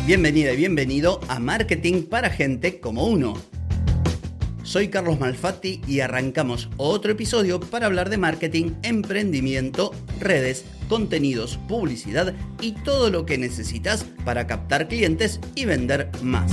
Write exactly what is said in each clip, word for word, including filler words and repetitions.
Bienvenida y bienvenido a Marketing para Gente como Uno. Soy Carlos Malfatti y arrancamos otro episodio para hablar de marketing, emprendimiento, redes, contenidos, publicidad y todo lo que necesitas para captar clientes y vender más.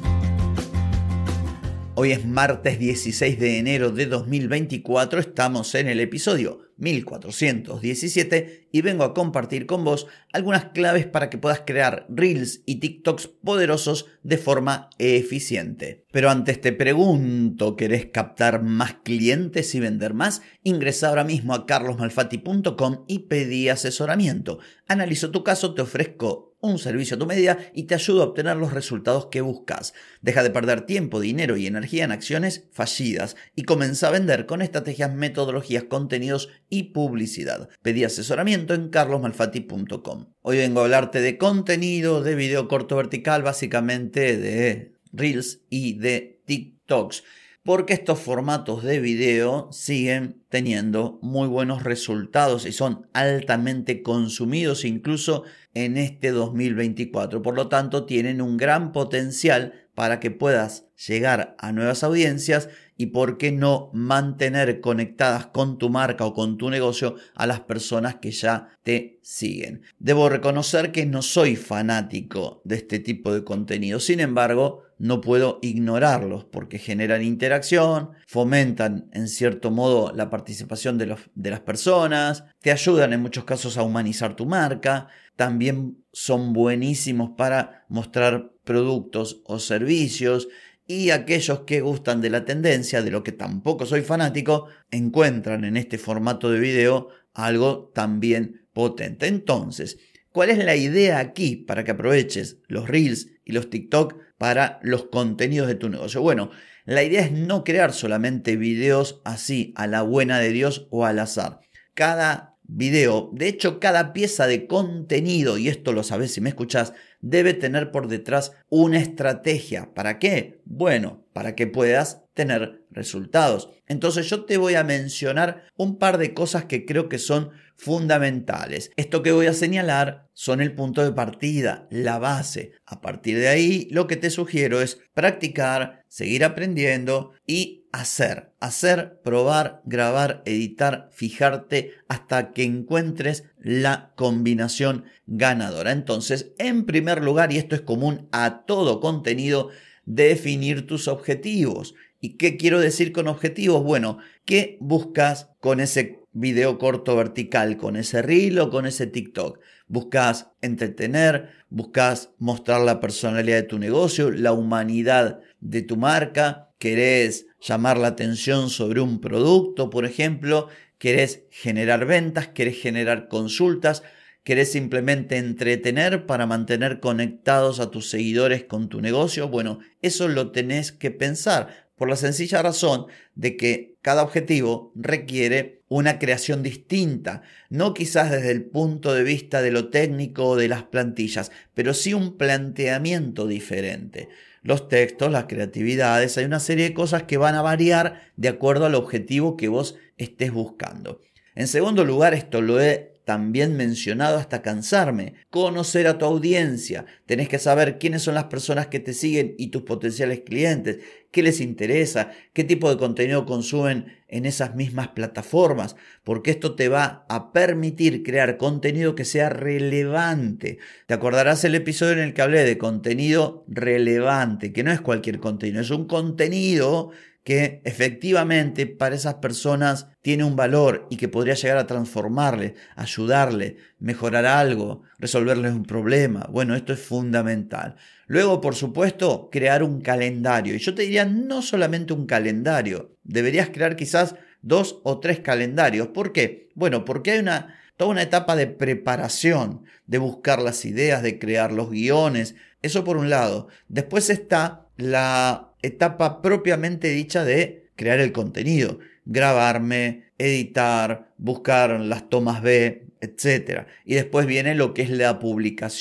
Hoy es martes dieciséis de enero de dos mil veinticuatro, estamos en el episodio mil cuatrocientos diecisiete y vengo a compartir con vos algunas claves para que puedas crear Reels y TikToks poderosos de forma eficiente. Pero antes te pregunto, ¿querés captar más clientes y vender más? Ingresa ahora mismo a carlos malfatti punto com y pedí asesoramiento. Analizo tu caso, te ofrezco un servicio a tu medida y te ayudo a obtener los resultados que buscas. Deja de perder tiempo, dinero y energía en acciones fallidas y comienza a vender con estrategias, metodologías, contenidos y publicidad. Pedí asesoramiento en carlos malfatti punto com. Hoy vengo a hablarte de contenido, de video corto vertical, básicamente de Reels y de TikToks, porque estos formatos de video siguen teniendo muy buenos resultados y son altamente consumidos incluso en este dos mil veinticuatro. Por lo tanto, tienen un gran potencial para que puedas llegar a nuevas audiencias y, por qué no, mantener conectadas con tu marca o con tu negocio a las personas que ya te siguen. Debo reconocer que no soy fanático de este tipo de contenido. Sin embargo, no puedo ignorarlos porque generan interacción, fomentan en cierto modo la participación de, los, de las personas, te ayudan en muchos casos a humanizar tu marca, también son buenísimos para mostrar productos o servicios y aquellos que gustan de la tendencia, de lo que tampoco soy fanático, encuentran en este formato de video algo también potente. Entonces, ¿cuál es la idea aquí para que aproveches los Reels y los TikTok para los contenidos de tu negocio? Bueno, la idea es no crear solamente videos así a la buena de Dios o al azar. Cada video, de hecho cada pieza de contenido, y esto lo sabes si me escuchás, debe tener por detrás una estrategia. ¿Para qué? Bueno, para que puedas tener resultados. Entonces yo te voy a mencionar un par de cosas que creo que son fundamentales. Esto que voy a señalar son el punto de partida, la base. A partir de ahí, lo que te sugiero es practicar, seguir aprendiendo y hacer. Hacer, probar, grabar, editar, fijarte hasta que encuentres la combinación ganadora. Entonces, en primer lugar, y esto es común a todo contenido, definir tus objetivos. ¿Y qué quiero decir con objetivos? Bueno, ¿qué buscas con ese video corto vertical, con ese reel o con ese TikTok? ¿Buscas entretener? ¿Buscas mostrar la personalidad de tu negocio, la humanidad de tu marca? ¿Querés llamar la atención sobre un producto, por ejemplo? ¿Querés generar ventas? ¿Querés generar consultas? ¿Querés simplemente entretener para mantener conectados a tus seguidores con tu negocio? Bueno, eso lo tenés que pensar por la sencilla razón de que cada objetivo requiere una creación distinta, no quizás desde el punto de vista de lo técnico o de las plantillas, pero sí un planteamiento diferente. Los textos, las creatividades, hay una serie de cosas que van a variar de acuerdo al objetivo que vos estés buscando. En segundo lugar, esto lo he también mencionado hasta cansarme, conocer a tu audiencia. Tenés que saber quiénes son las personas que te siguen y tus potenciales clientes, qué les interesa, qué tipo de contenido consumen en esas mismas plataformas, porque esto te va a permitir crear contenido que sea relevante. Te acordarás el episodio en el que hablé de contenido relevante, que no es cualquier contenido, es un contenido que efectivamente para esas personas tiene un valor y que podría llegar a transformarle, ayudarle, mejorar algo, resolverles un problema. Bueno, esto es fundamental. Luego, por supuesto, crear un calendario. Y yo te diría no solamente un calendario, deberías crear quizás dos o tres calendarios. ¿Por qué? Bueno, porque hay una, toda una etapa de preparación, de buscar las ideas, de crear los guiones. Eso por un lado. Después está la etapa propiamente dicha de crear el contenido, grabarme, editar, buscar las tomas B, etcétera. Y después viene lo que es la publicación.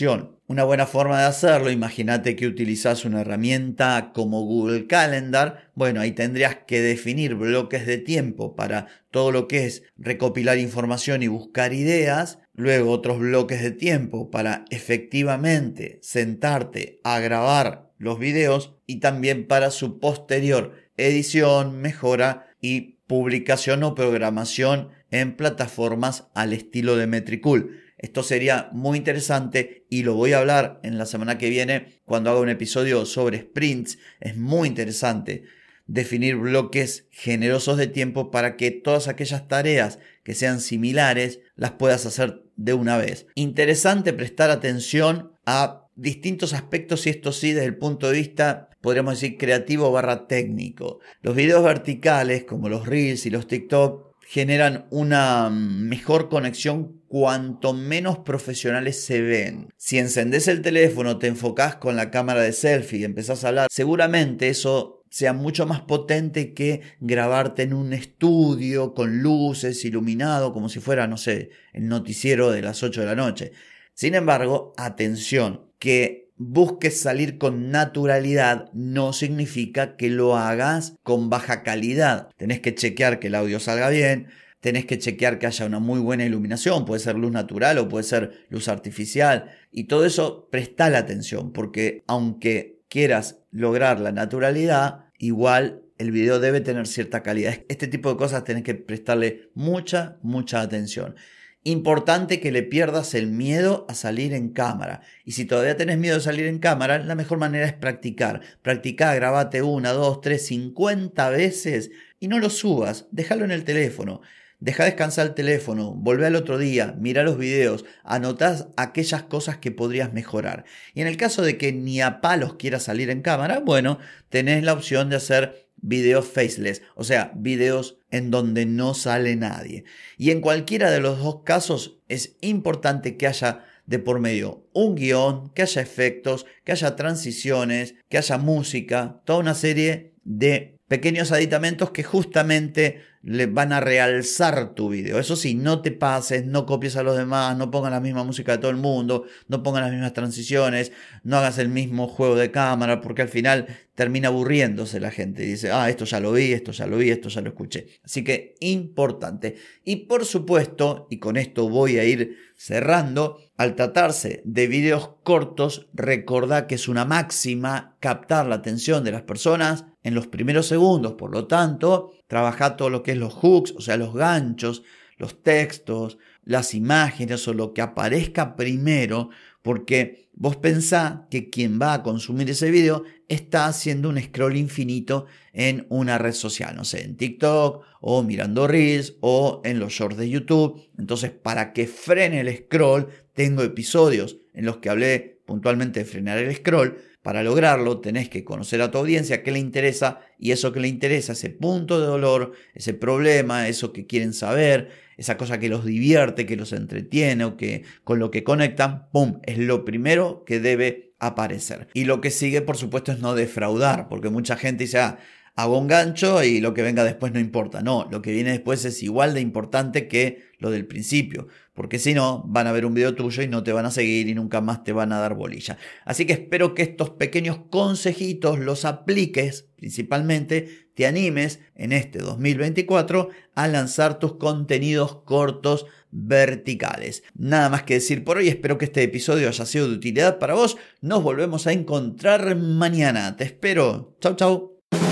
Una buena forma de hacerlo, imagínate que utilizas una herramienta como Google Calendar. Bueno, ahí tendrías que definir bloques de tiempo para todo lo que es recopilar información y buscar ideas. Luego otros bloques de tiempo para efectivamente sentarte a grabar los videos y también para su posterior edición, mejora y publicación o programación en plataformas al estilo de Metricool. Esto sería muy interesante y lo voy a hablar en la semana que viene cuando haga un episodio sobre sprints. Es muy interesante definir bloques generosos de tiempo para que todas aquellas tareas que sean similares las puedas hacer de una vez. Interesante prestar atención a distintos aspectos y esto sí desde el punto de vista, podríamos decir, creativo barra técnico. Los videos verticales como los Reels y los TikTok generan una mejor conexión cuanto menos profesionales se ven. Si encendés el teléfono, te enfocás con la cámara de selfie y empezás a hablar, seguramente eso sea mucho más potente que grabarte en un estudio con luces, iluminado, como si fuera, no sé, el noticiero de las ocho de la noche. Sin embargo, atención, que busques salir con naturalidad no significa que lo hagas con baja calidad. Tenés que chequear que el audio salga bien, tenés que chequear que haya una muy buena iluminación, puede ser luz natural o puede ser luz artificial, y todo eso prestale atención, porque aunque quieras lograr la naturalidad, igual el video debe tener cierta calidad. Este tipo de cosas tenés que prestarle mucha, mucha atención. Importante que le pierdas el miedo a salir en cámara. Y si todavía tenés miedo de salir en cámara, la mejor manera es practicar. Practicá, grabate una, dos, tres, cincuenta veces y no lo subas. Déjalo en el teléfono. Deja descansar el teléfono, volvé al otro día, mira los videos, anotás aquellas cosas que podrías mejorar. Y en el caso de que ni a palos quieras salir en cámara, bueno, tenés la opción de hacer videos faceless, o sea, videos en donde no sale nadie. Y en cualquiera de los dos casos es importante que haya de por medio un guión, que haya efectos, que haya transiciones, que haya música, toda una serie de pequeños aditamentos que justamente le van a realzar tu video. Eso sí, no te pases, no copies a los demás, no pongas la misma música de todo el mundo, no pongas las mismas transiciones, no hagas el mismo juego de cámara, porque al final termina aburriéndose la gente y dice, ah, esto ya lo vi, esto ya lo vi, esto ya lo escuché. Así que importante. Y por supuesto, y con esto voy a ir cerrando, al tratarse de videos cortos, recordá que es una máxima captar la atención de las personas en los primeros segundos. Por lo tanto, trabajá todo lo que es los hooks, o sea, los ganchos, los textos, las imágenes o lo que aparezca primero, porque vos pensá que quien va a consumir ese video está haciendo un scroll infinito en una red social, no sé, en TikTok o mirando Reels o en los shorts de YouTube. Entonces, para que frene el scroll, tengo episodios en los que hablé puntualmente de frenar el scroll. Para lograrlo tenés que conocer a tu audiencia, qué le interesa, y eso que le interesa, ese punto de dolor, ese problema, eso que quieren saber, esa cosa que los divierte, que los entretiene o que con lo que conectan, ¡pum!, es lo primero que debe aparecer. Y lo que sigue, por supuesto, es no defraudar, porque mucha gente dice, ah, hago un gancho y lo que venga después no importa. No, lo que viene después es igual de importante que lo del principio, porque si no van a ver un video tuyo y no te van a seguir y nunca más te van a dar bolilla. Así que espero que estos pequeños consejitos los apliques, principalmente te animes en este dos mil veinticuatro a lanzar tus contenidos cortos verticales. Nada más que decir por hoy, espero que este episodio haya sido de utilidad para vos. Nos volvemos a encontrar mañana. Te espero. Chau, chau.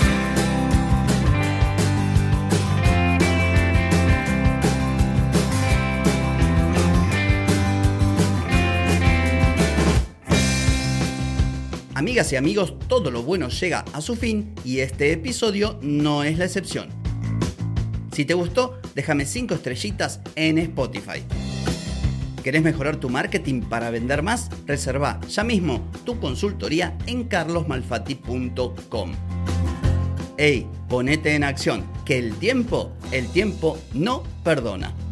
Amigas y amigos, todo lo bueno llega a su fin y este episodio no es la excepción. Si te gustó, déjame cinco estrellitas en Spotify. ¿Querés mejorar tu marketing para vender más? Reserva ya mismo tu consultoría en carlos malfatti punto com. ¡Ey! Ponete en acción, que el tiempo, el tiempo no perdona.